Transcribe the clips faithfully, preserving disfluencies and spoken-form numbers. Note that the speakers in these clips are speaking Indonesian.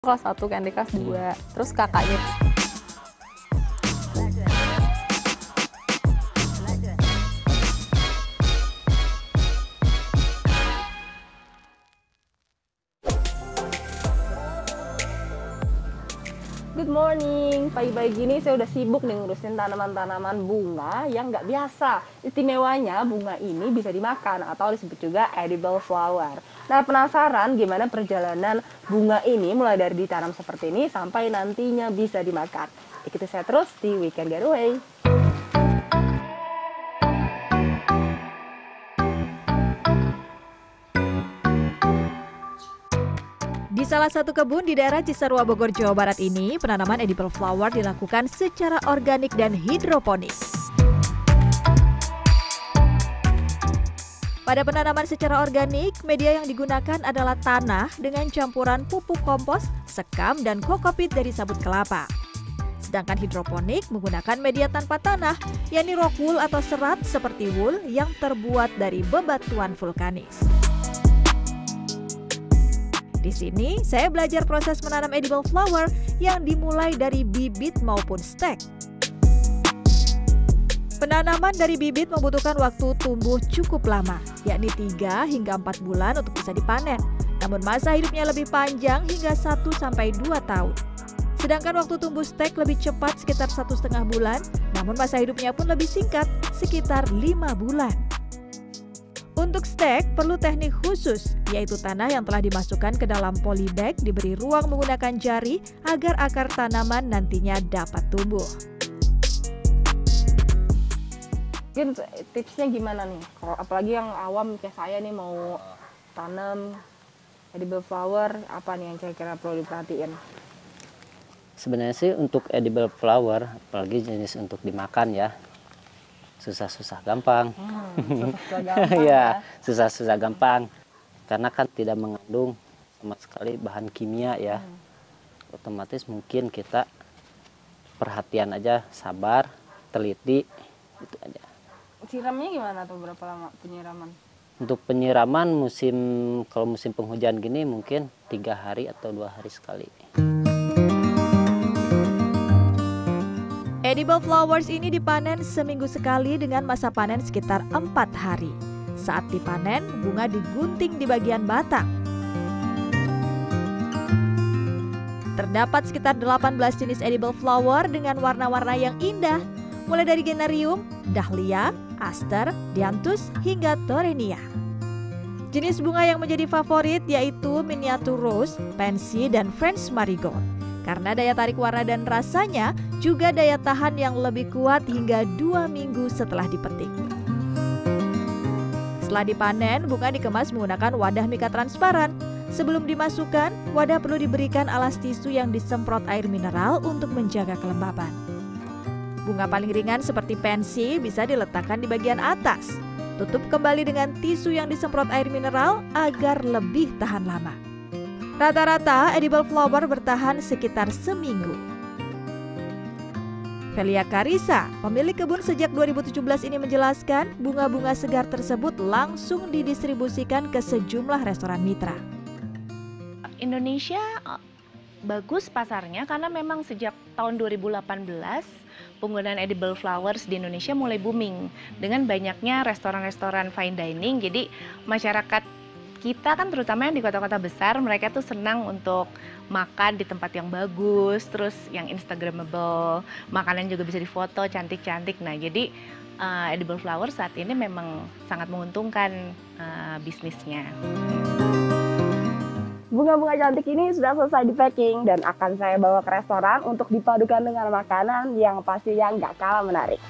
Kelas satu kan, di kelas dua. Terus kakaknya Good morning, pagi-pagi gini saya udah sibuk nih ngurusin tanaman-tanaman bunga yang nggak biasa. Istimewanya bunga ini bisa dimakan atau disebut juga edible flower. Nah, penasaran gimana perjalanan bunga ini mulai dari ditanam seperti ini sampai nantinya bisa dimakan? Ikuti saya terus di Weekend Getaway. Di salah satu kebun di daerah Cisarua, Bogor, Jawa Barat ini, penanaman edible flower dilakukan secara organik dan hidroponik. Pada penanaman secara organik, media yang digunakan adalah tanah dengan campuran pupuk kompos, sekam, dan kokopit dari sabut kelapa. Sedangkan hidroponik menggunakan media tanpa tanah, yakni rock wool atau serat seperti wool yang terbuat dari bebatuan vulkanis. Di sini, saya belajar proses menanam edible flower yang dimulai dari bibit maupun stek. Penanaman dari bibit membutuhkan waktu tumbuh cukup lama, yakni tiga hingga empat bulan untuk bisa dipanen. Namun masa hidupnya lebih panjang hingga satu sampai dua tahun. Sedangkan waktu tumbuh stek lebih cepat sekitar satu setengah bulan, namun masa hidupnya pun lebih singkat, sekitar lima bulan. Untuk stek perlu teknik khusus, yaitu tanah yang telah dimasukkan ke dalam polybag diberi ruang menggunakan jari agar akar tanaman nantinya dapat tumbuh. Mungkin tipsnya gimana nih? Kalau apalagi yang awam kayak saya nih mau tanam edible flower, apa nih yang kira-kira perlu diperhatiin? Sebenarnya sih untuk edible flower, apalagi jenis untuk dimakan ya, susah-susah gampang. Hmm, susah gampang ya, susah-susah gampang. Karena kan tidak mengandung sama sekali bahan kimia ya. Hmm. Otomatis mungkin kita perhatian aja, sabar, teliti, itu aja. Siramnya gimana tuh, berapa lama penyiraman? Untuk penyiraman musim, kalau musim penghujan gini mungkin tiga hari atau dua hari sekali. Edible flowers ini dipanen seminggu sekali dengan masa panen sekitar empat hari. Saat dipanen, bunga digunting di bagian batang. Terdapat sekitar delapan belas jenis edible flower dengan warna-warna yang indah, mulai dari generium, dahlia, aster, dianthus, hingga torenia. Jenis bunga yang menjadi favorit yaitu miniatur rose, pansy, dan French marigold. Karena daya tarik warna dan rasanya, juga daya tahan yang lebih kuat hingga dua minggu setelah dipetik. Setelah dipanen, bunga dikemas menggunakan wadah mika transparan. Sebelum dimasukkan, wadah perlu diberikan alas tisu yang disemprot air mineral untuk menjaga kelembaban. Bunga paling ringan seperti pansy bisa diletakkan di bagian atas. Tutup kembali dengan tisu yang disemprot air mineral agar lebih tahan lama. Rata-rata edible flower bertahan sekitar seminggu. Velia Karisa, pemilik kebun sejak dua ribu tujuh belas ini menjelaskan, bunga-bunga segar tersebut langsung didistribusikan ke sejumlah restoran mitra. Indonesia bagus pasarnya karena memang sejak tahun dua ribu delapan belas penggunaan edible flowers di Indonesia mulai booming dengan banyaknya restoran-restoran fine dining. Jadi masyarakat kita kan terutama yang di kota-kota besar, mereka tuh senang untuk makan di tempat yang bagus, terus yang instagramable, makanan juga bisa difoto cantik-cantik. Nah, jadi uh, edible flower saat ini memang sangat menguntungkan uh, bisnisnya. Bunga-bunga cantik ini sudah selesai di packing dan akan saya bawa ke restoran untuk dipadukan dengan makanan yang pastinya nggak kalah menarik.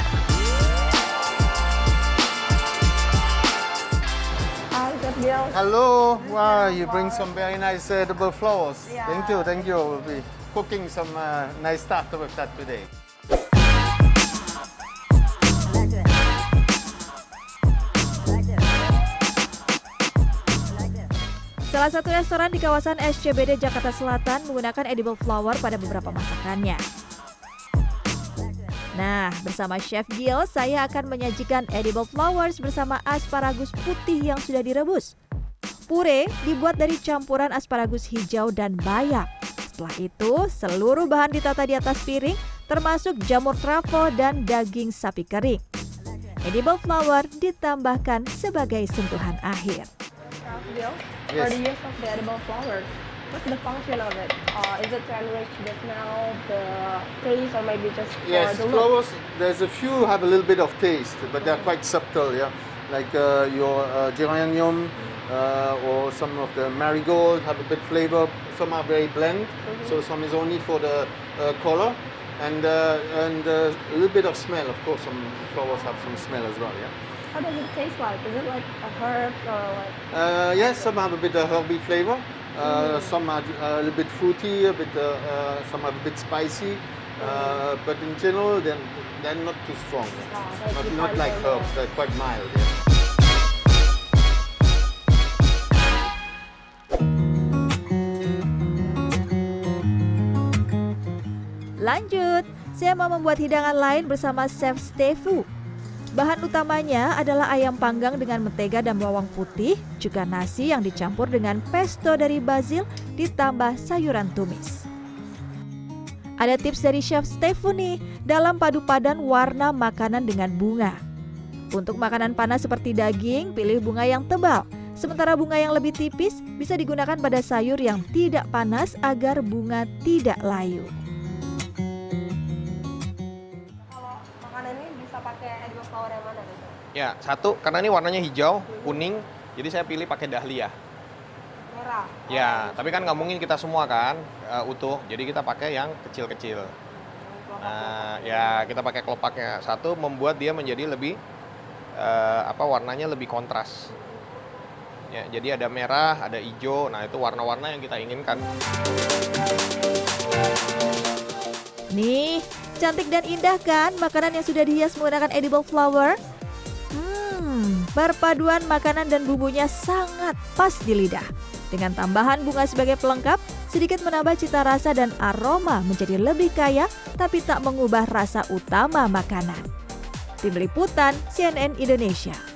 Hello, wow, you bring some very nice edible flowers. Yeah. Thank you, thank you. We'll be cooking some uh, nice stuff with that today. Salah satu restoran di kawasan S C B D Jakarta Selatan menggunakan edible flower pada beberapa masakannya. Nah, bersama Chef Gil, saya akan menyajikan edible flowers bersama asparagus putih yang sudah direbus. Pure dibuat dari campuran asparagus hijau dan bayam. Setelah itu, seluruh bahan ditata di atas piring, termasuk jamur truffle dan daging sapi kering. Edible flower ditambahkan sebagai sentuhan akhir. Bill, for the use of the edible flowers, what's the function of it? Uh, is it to enrich the smell, the taste, or maybe just for Yes, the look? flowers, there's a few have a little bit of taste, but they're quite subtle, yeah. Like uh, your uh, geranium uh, or some of the marigold have a bit flavor. Some are very blend, so some is only for the uh, color. And, uh, and uh, a little bit of smell, of course, some flowers have some smell as well, yeah. How does it taste like? Is it like a herb or like? Uh, yes, some have a bit of herby flavor. Uh, Mm. Some are uh, a little bit fruity, a bit, uh, uh, some are a bit spicy. Uh, but in general, they're, they're not too strong. Oh, that's Not, the not kind like of, herbs, uh, they're quite mild. Yeah. Lanjut, saya mau membuat hidangan lain bersama Chef Stefu. Bahan utamanya adalah ayam panggang dengan mentega dan bawang putih, juga nasi yang dicampur dengan pesto dari basil ditambah sayuran tumis. Ada tips dari Chef Stefu nih dalam padu padan warna makanan dengan bunga. Untuk makanan panas seperti daging, pilih bunga yang tebal. Sementara bunga yang lebih tipis bisa digunakan pada sayur yang tidak panas agar bunga tidak layu. Kalau makanan ini bisa pakai edible flower yang mana gitu? Ya, satu karena ini warnanya hijau, kuning, jadi saya pilih pakai dahlia. Merah. Ya, tapi kan nggak mungkin kita semua kan uh, utuh, jadi kita pakai yang kecil-kecil. Nah, ya kita pakai kelopaknya. Satu membuat dia menjadi lebih uh, apa warnanya lebih kontras. Ya, jadi ada merah, ada hijau. Nah, itu warna-warna yang kita inginkan. Nih, cantik dan indah kan makanan yang sudah dihias menggunakan edible flower? Hmm, perpaduan makanan dan bumbunya sangat pas di lidah. Dengan tambahan bunga sebagai pelengkap, sedikit menambah cita rasa dan aroma menjadi lebih kaya, tapi tak mengubah rasa utama makanan. Tim Liputan C N N Indonesia.